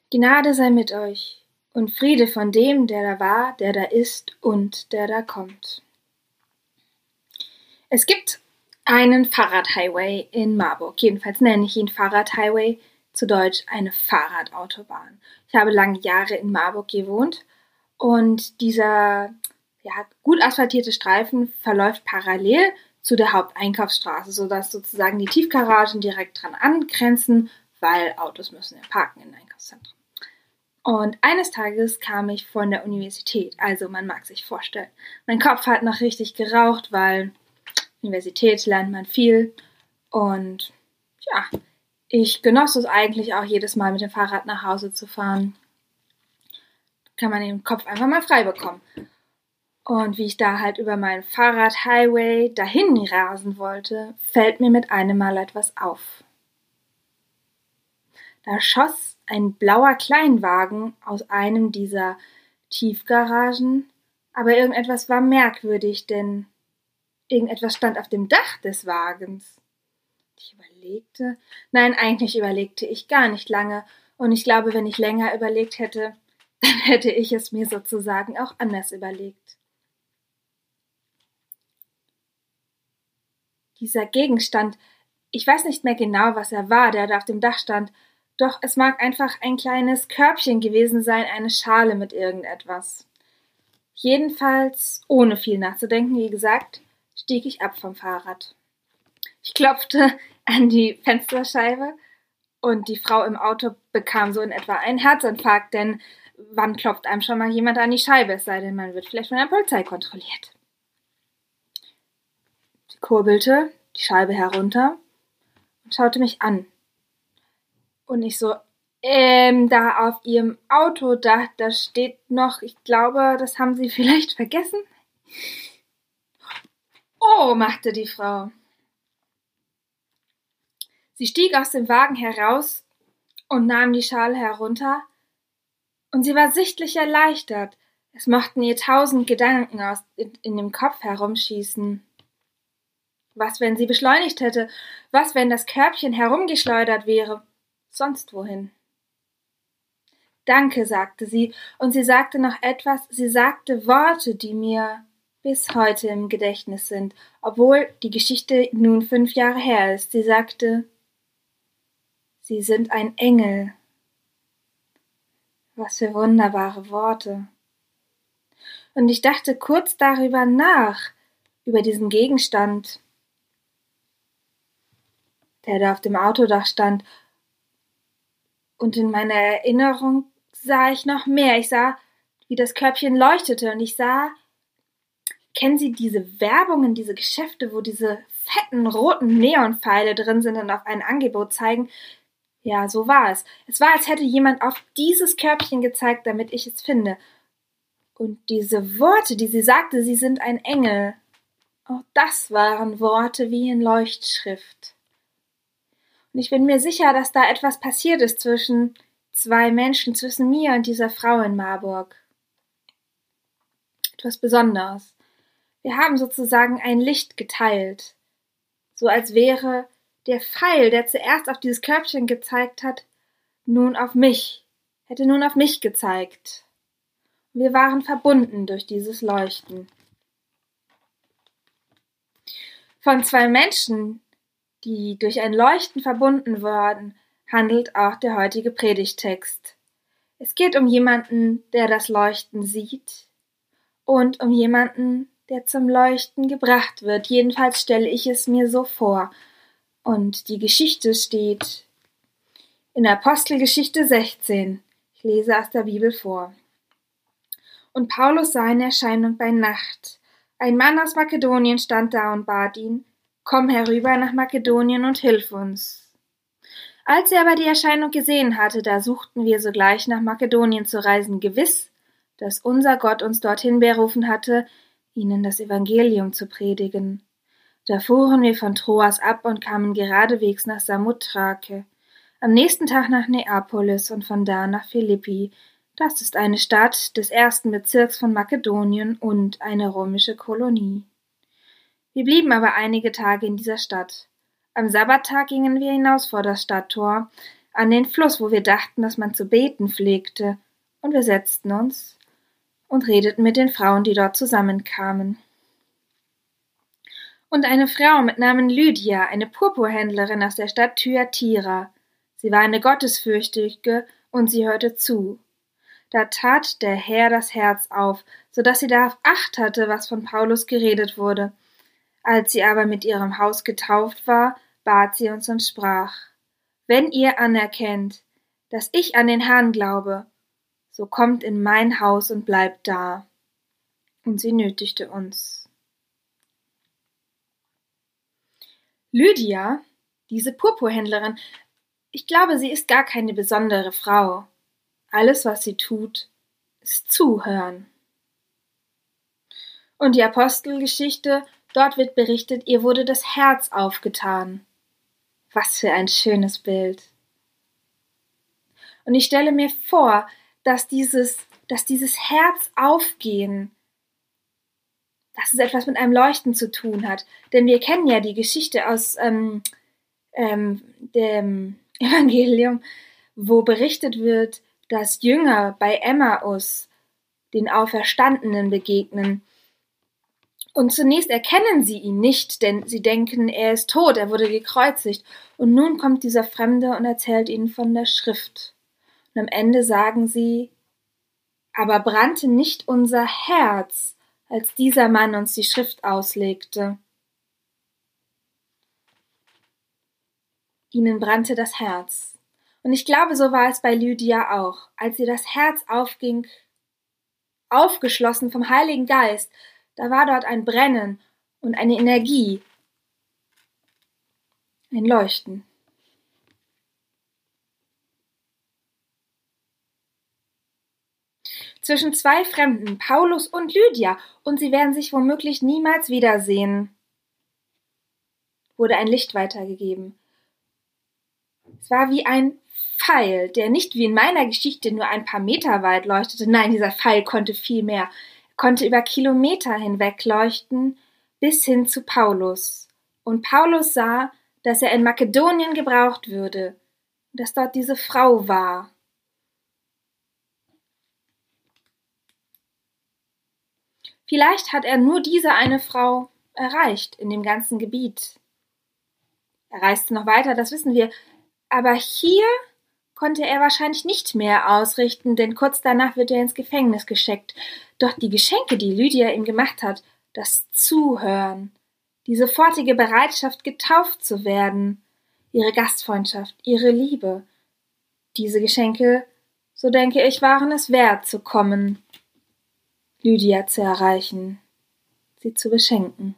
Gnade sei mit euch und Friede von dem, der da war, der da ist und der da kommt. Es gibt einen Fahrradhighway in Marburg. Jedenfalls nenne ich ihn Fahrradhighway, zu Deutsch eine Fahrradautobahn. Ich habe lange Jahre in Marburg gewohnt und dieser gut asphaltierte Streifen verläuft parallel zu der Haupteinkaufsstraße, sodass sozusagen die Tiefgaragen direkt dran angrenzen, weil Autos müssen ja parken in Einkaufszentren. Und eines Tages kam ich von der Universität, also man mag sich vorstellen. Mein Kopf hat noch richtig geraucht, weil Universität lernt man viel und ja, ich genoss es eigentlich auch jedes Mal mit dem Fahrrad nach Hause zu fahren. Kann man den Kopf einfach mal frei bekommen. Und wie ich da halt über meinen Fahrradhighway dahin rasen wollte, fällt mir mit einem Mal etwas auf. Da schoss ein blauer Kleinwagen aus einem dieser Tiefgaragen, aber irgendetwas war merkwürdig, denn irgendetwas stand auf dem Dach des Wagens. Eigentlich überlegte ich gar nicht lange, und ich glaube, wenn ich länger überlegt hätte, dann hätte ich es mir sozusagen auch anders überlegt. Dieser Gegenstand, ich weiß nicht mehr genau, was er war, der da auf dem Dach stand, doch es mag einfach ein kleines Körbchen gewesen sein, eine Schale mit irgendetwas. Jedenfalls, ohne viel nachzudenken, wie gesagt, stieg ich ab vom Fahrrad. Ich klopfte an die Fensterscheibe und die Frau im Auto bekam so in etwa einen Herzinfarkt, denn wann klopft einem schon mal jemand an die Scheibe, es sei denn, man wird vielleicht von der Polizei kontrolliert. Sie kurbelte die Scheibe herunter und schaute mich an. Und ich so, da auf ihrem Autodach, da steht noch, ich glaube, das haben Sie vielleicht vergessen? Oh, machte die Frau. Sie stieg aus dem Wagen heraus und nahm die Schale herunter, und sie war sichtlich erleichtert. Es mochten ihr 1000 Gedanken in dem Kopf herumschießen. Was, wenn sie beschleunigt hätte? Was, wenn das Körbchen herumgeschleudert wäre? Sonst wohin? Danke, sagte sie, und sie sagte noch etwas, sie sagte Worte, die mir bis heute im Gedächtnis sind, obwohl die Geschichte nun 5 Jahre her ist. Sie sagte, Sie sind ein Engel. Was für wunderbare Worte. Und ich dachte kurz darüber nach, über diesen Gegenstand, der da auf dem Autodach stand, und in meiner Erinnerung sah ich noch mehr. Ich sah, wie das Körbchen leuchtete, und ich sah, kennen Sie diese Werbungen, diese Geschäfte, wo diese fetten roten Neonpfeile drin sind und auf ein Angebot zeigen? Ja, so war es. Es war, als hätte jemand auf dieses Körbchen gezeigt, damit ich es finde. Und diese Worte, die sie sagte, sie sind ein Engel, auch das waren Worte wie in Leuchtschrift. Und ich bin mir sicher, dass da etwas passiert ist zwischen 2 Menschen, zwischen mir und dieser Frau in Marburg. Etwas Besonderes. Wir haben sozusagen ein Licht geteilt, so als wäre der Pfeil, der zuerst auf dieses Körbchen gezeigt hat, hätte nun auf mich gezeigt. Wir waren verbunden durch dieses Leuchten. Von 2 Menschen, die durch ein Leuchten verbunden wurden, handelt auch der heutige Predigttext. Es geht um jemanden, der das Leuchten sieht, und um jemanden, der zum Leuchten gebracht wird. Jedenfalls stelle ich es mir so vor. Und die Geschichte steht in Apostelgeschichte 16. Ich lese aus der Bibel vor. Und Paulus sah eine Erscheinung bei Nacht. Ein Mann aus Makedonien stand da und bat ihn, komm herüber nach Makedonien und hilf uns. Als er aber die Erscheinung gesehen hatte, da suchten wir sogleich nach Makedonien zu reisen, gewiss, dass unser Gott uns dorthin berufen hatte, ihnen das Evangelium zu predigen. Da fuhren wir von Troas ab und kamen geradewegs nach Samothrake, am nächsten Tag nach Neapolis und von da nach Philippi. Das ist eine Stadt des 1. Bezirks von Makedonien und eine römische Kolonie. Wir blieben aber einige Tage in dieser Stadt. Am Sabbattag gingen wir hinaus vor das Stadttor. an den Fluss, wo wir dachten, dass man zu beten pflegte, und wir setzten uns und redeten mit den Frauen, die dort zusammenkamen. Und eine Frau mit Namen Lydia, eine Purpurhändlerin aus der Stadt Thyatira. Sie war eine Gottesfürchtige und sie hörte zu. Da tat der Herr das Herz auf, so dass sie darauf Acht hatte, was von Paulus geredet wurde. Als sie aber mit ihrem Haus getauft war, bat sie uns und sprach: Wenn ihr anerkennt, dass ich an den Herrn glaube, so kommt in mein Haus und bleibt da. Und sie nötigte uns. Lydia, diese Purpurhändlerin, ich glaube, sie ist gar keine besondere Frau. Alles, was sie tut, ist zuhören. Und die Apostelgeschichte, dort wird berichtet, ihr wurde das Herz aufgetan. Was für ein schönes Bild. Und ich stelle mir vor, dass dieses Herz aufgehen, dass es etwas mit einem Leuchten zu tun hat. Denn wir kennen ja die Geschichte aus dem Evangelium, wo berichtet wird, dass Jünger bei Emmaus den Auferstandenen begegnen. Und zunächst erkennen sie ihn nicht, denn sie denken, er ist tot, er wurde gekreuzigt. Und nun kommt dieser Fremde und erzählt ihnen von der Schrift. Und am Ende sagen sie: Aber brannte nicht unser Herz, als dieser Mann uns die Schrift auslegte? Ihnen brannte das Herz. Und ich glaube, so war es bei Lydia auch. Als ihr das Herz aufging, aufgeschlossen vom Heiligen Geist, da war dort ein Brennen und eine Energie, ein Leuchten. Zwischen zwei Fremden, Paulus und Lydia, und sie werden sich womöglich niemals wiedersehen, wurde ein Licht weitergegeben. Es war wie ein Pfeil, der nicht wie in meiner Geschichte nur ein paar Meter weit leuchtete. Nein, dieser Pfeil konnte viel mehr. Er konnte über Kilometer hinweg leuchten, bis hin zu Paulus. Und Paulus sah, dass er in Makedonien gebraucht würde, dass dort diese Frau war. Vielleicht hat er nur diese eine Frau erreicht in dem ganzen Gebiet. Er reiste noch weiter, das wissen wir. Aber hier konnte er wahrscheinlich nicht mehr ausrichten, denn kurz danach wird er ins Gefängnis gesteckt. Doch die Geschenke, die Lydia ihm gemacht hat, das Zuhören, die sofortige Bereitschaft, getauft zu werden, ihre Gastfreundschaft, ihre Liebe, diese Geschenke, so denke ich, waren es wert zu kommen, Lydia zu erreichen, sie zu beschenken.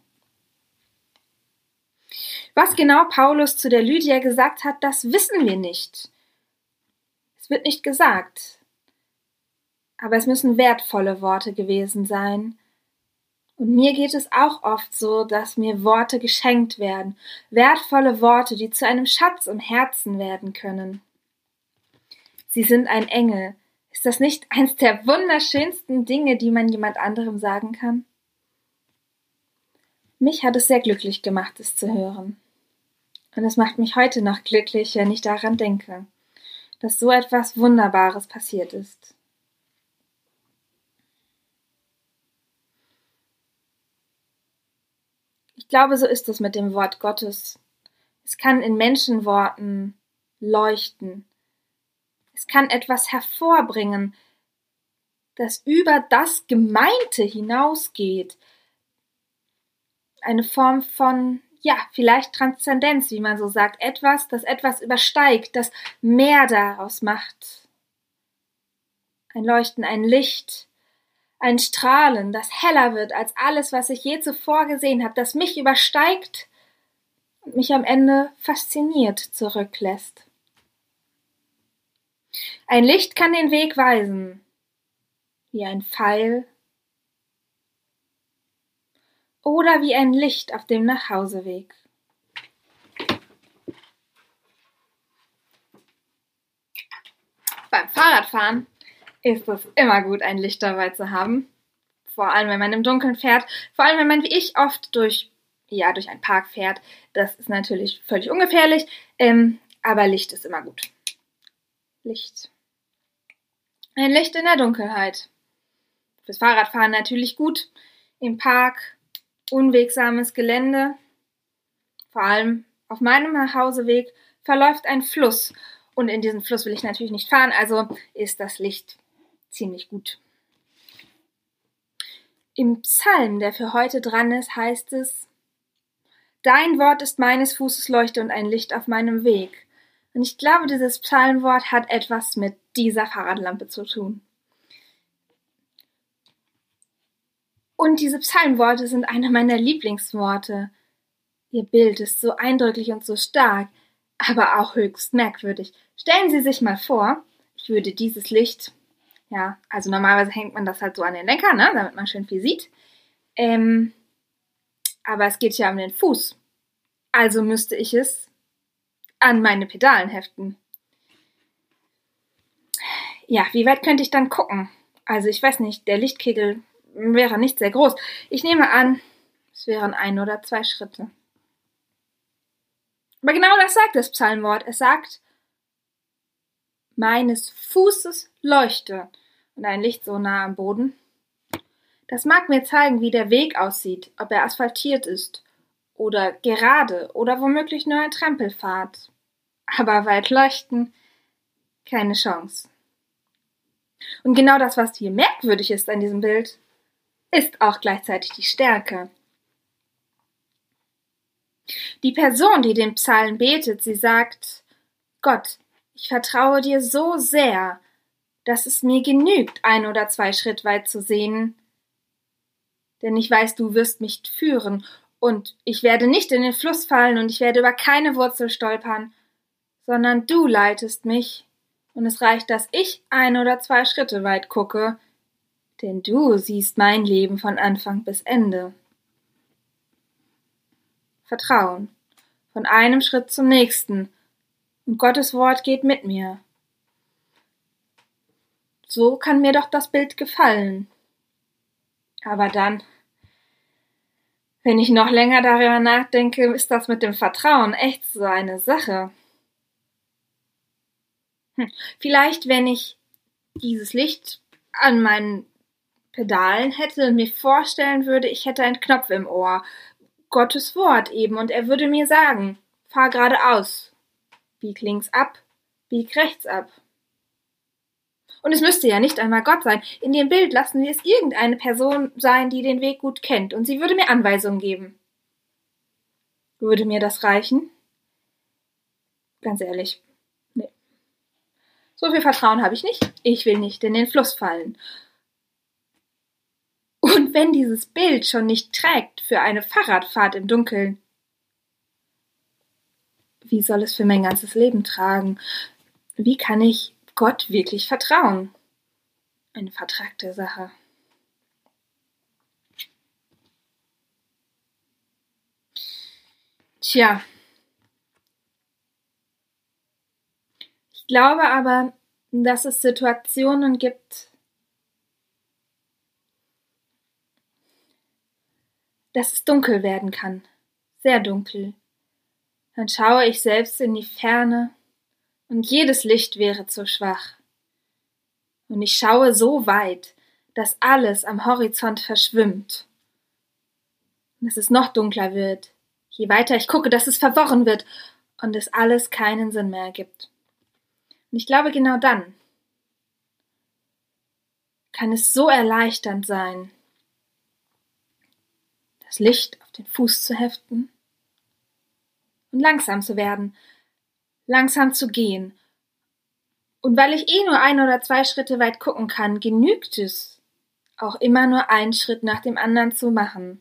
Was genau Paulus zu der Lydia gesagt hat, das wissen wir nicht. Es wird nicht gesagt. Aber es müssen wertvolle Worte gewesen sein. Und mir geht es auch oft so, dass mir Worte geschenkt werden. Wertvolle Worte, die zu einem Schatz im Herzen werden können. Sie sind ein Engel. Ist das nicht eins der wunderschönsten Dinge, die man jemand anderem sagen kann? Mich hat es sehr glücklich gemacht, es zu hören. Und es macht mich heute noch glücklich, wenn ich daran denke, dass so etwas Wunderbares passiert ist. Ich glaube, so ist es mit dem Wort Gottes. Es kann in Menschenworten leuchten. Es kann etwas hervorbringen, das über das Gemeinte hinausgeht. Eine Form von, vielleicht Transzendenz, wie man so sagt. Etwas, das etwas übersteigt, das mehr daraus macht. Ein Leuchten, ein Licht, ein Strahlen, das heller wird als alles, was ich je zuvor gesehen habe, das mich übersteigt und mich am Ende fasziniert zurücklässt. Ein Licht kann den Weg weisen, wie ein Pfeil oder wie ein Licht auf dem Nachhauseweg. Beim Fahrradfahren ist es immer gut, ein Licht dabei zu haben. Vor allem, wenn man im Dunkeln fährt. Vor allem, wenn man wie ich oft durch einen Park fährt. Das ist natürlich völlig ungefährlich, aber Licht ist immer gut. Licht. Ein Licht in der Dunkelheit. Fürs Fahrradfahren natürlich gut. Im Park, unwegsames Gelände. Vor allem auf meinem Nachhauseweg verläuft ein Fluss. Und in diesen Fluss will ich natürlich nicht fahren, also ist das Licht ziemlich gut. Im Psalm, der für heute dran ist, heißt es: Dein Wort ist meines Fußes Leuchte und ein Licht auf meinem Weg. Und ich glaube, dieses Psalmwort hat etwas mit dieser Fahrradlampe zu tun. Und diese Psalmworte sind eine meiner Lieblingsworte. Ihr Bild ist so eindrücklich und so stark, aber auch höchst merkwürdig. Stellen Sie sich mal vor, ich würde dieses Licht, ja, also normalerweise hängt man das halt so an den Lenker, ne, damit man schön viel sieht. Aber es geht ja um den Fuß. Also müsste ich es an meine Pedalen heften. Ja, wie weit könnte ich dann gucken? Also ich weiß nicht, der Lichtkegel wäre nicht sehr groß. Ich nehme an, es wären 1 oder 2 Schritte. Aber genau das sagt das Psalmwort. Es sagt, meines Fußes Leuchte. Und ein Licht so nah am Boden. Das mag mir zeigen, wie der Weg aussieht, ob er asphaltiert ist oder gerade oder womöglich nur ein Trampelpfad. Aber weit leuchten, keine Chance. Und genau das, was hier merkwürdig ist an diesem Bild, ist auch gleichzeitig die Stärke. Die Person, die den Psalm betet, sie sagt: Gott, ich vertraue dir so sehr, dass es mir genügt, 1 oder 2 Schritt weit zu sehen, denn ich weiß, du wirst mich führen und ich werde nicht in den Fluss fallen und ich werde über keine Wurzel stolpern, sondern du leitest mich und es reicht, dass ich 1 oder 2 Schritte weit gucke, denn du siehst mein Leben von Anfang bis Ende. Vertrauen. Von einem Schritt zum nächsten. Und Gottes Wort geht mit mir. So kann mir doch das Bild gefallen. Aber dann, wenn ich noch länger darüber nachdenke, ist das mit dem Vertrauen echt so eine Sache. Vielleicht, wenn ich dieses Licht an meinen Pedalen hätte und mir vorstellen würde, ich hätte einen Knopf im Ohr. Gottes Wort eben, und er würde mir sagen, fahr geradeaus, bieg links ab, bieg rechts ab. Und es müsste ja nicht einmal Gott sein. In dem Bild lassen wir es irgendeine Person sein, die den Weg gut kennt, und sie würde mir Anweisungen geben. Würde mir das reichen? Ganz ehrlich, nee. So viel Vertrauen habe ich nicht. Ich will nicht in den Fluss fallen. Und wenn dieses Bild schon nicht trägt für eine Fahrradfahrt im Dunkeln, wie soll es für mein ganzes Leben tragen? Wie kann ich Gott wirklich vertrauen? Eine vertragte Sache. Tja. Ich glaube aber, dass es Situationen gibt, dass es dunkel werden kann. Sehr dunkel. Dann schaue ich selbst in die Ferne und jedes Licht wäre zu schwach. Und ich schaue so weit, dass alles am Horizont verschwimmt. Und dass es noch dunkler wird. Je weiter ich gucke, dass es verworren wird und es alles keinen Sinn mehr ergibt. Und ich glaube, genau dann kann es so erleichternd sein, das Licht auf den Fuß zu heften und langsam zu werden, langsam zu gehen. Und weil ich nur 1 oder 2 Schritte weit gucken kann, genügt es, auch immer nur einen Schritt nach dem anderen zu machen.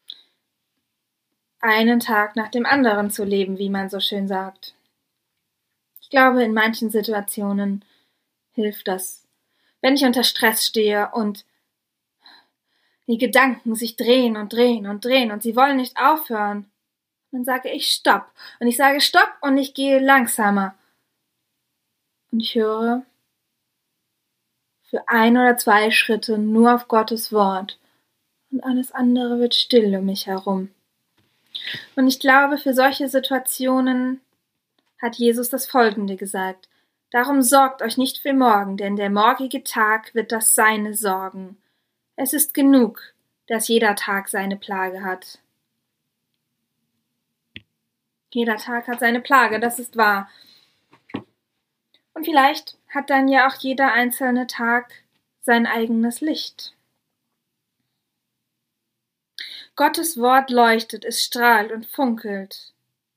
Einen Tag nach dem anderen zu leben, wie man so schön sagt. Ich glaube, in manchen Situationen hilft das. Wenn ich unter Stress stehe und die Gedanken sich drehen und drehen und drehen und sie wollen nicht aufhören, dann sage ich Stopp. Und ich sage Stopp und ich gehe langsamer. Und ich höre für 1 oder 2 Schritte nur auf Gottes Wort. Und alles andere wird still um mich herum. Und ich glaube, für solche Situationen hat Jesus das Folgende gesagt. Darum sorgt euch nicht für morgen, denn der morgige Tag wird das Seine sorgen. Es ist genug, dass jeder Tag seine Plage hat. Jeder Tag hat seine Plage, das ist wahr. Und vielleicht hat dann ja auch jeder einzelne Tag sein eigenes Licht. Gottes Wort leuchtet, es strahlt und funkelt,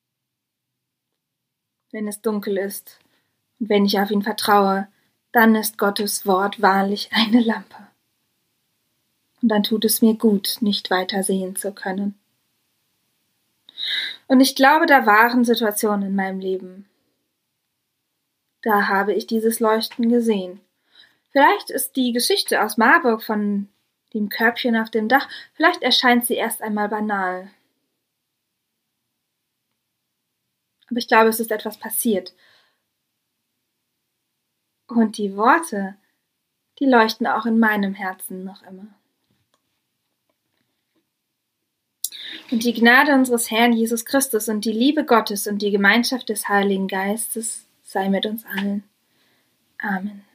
wenn es dunkel ist. Und wenn ich auf ihn vertraue, dann ist Gottes Wort wahrlich eine Lampe. Und dann tut es mir gut, nicht weiter sehen zu können. Und ich glaube, da waren Situationen in meinem Leben. Da habe ich dieses Leuchten gesehen. Vielleicht ist die Geschichte aus Marburg von dem Körbchen auf dem Dach, vielleicht erscheint sie erst einmal banal. Aber ich glaube, es ist etwas passiert. Und die Worte, die leuchten auch in meinem Herzen noch immer. Und die Gnade unseres Herrn Jesus Christus und die Liebe Gottes und die Gemeinschaft des Heiligen Geistes sei mit uns allen. Amen.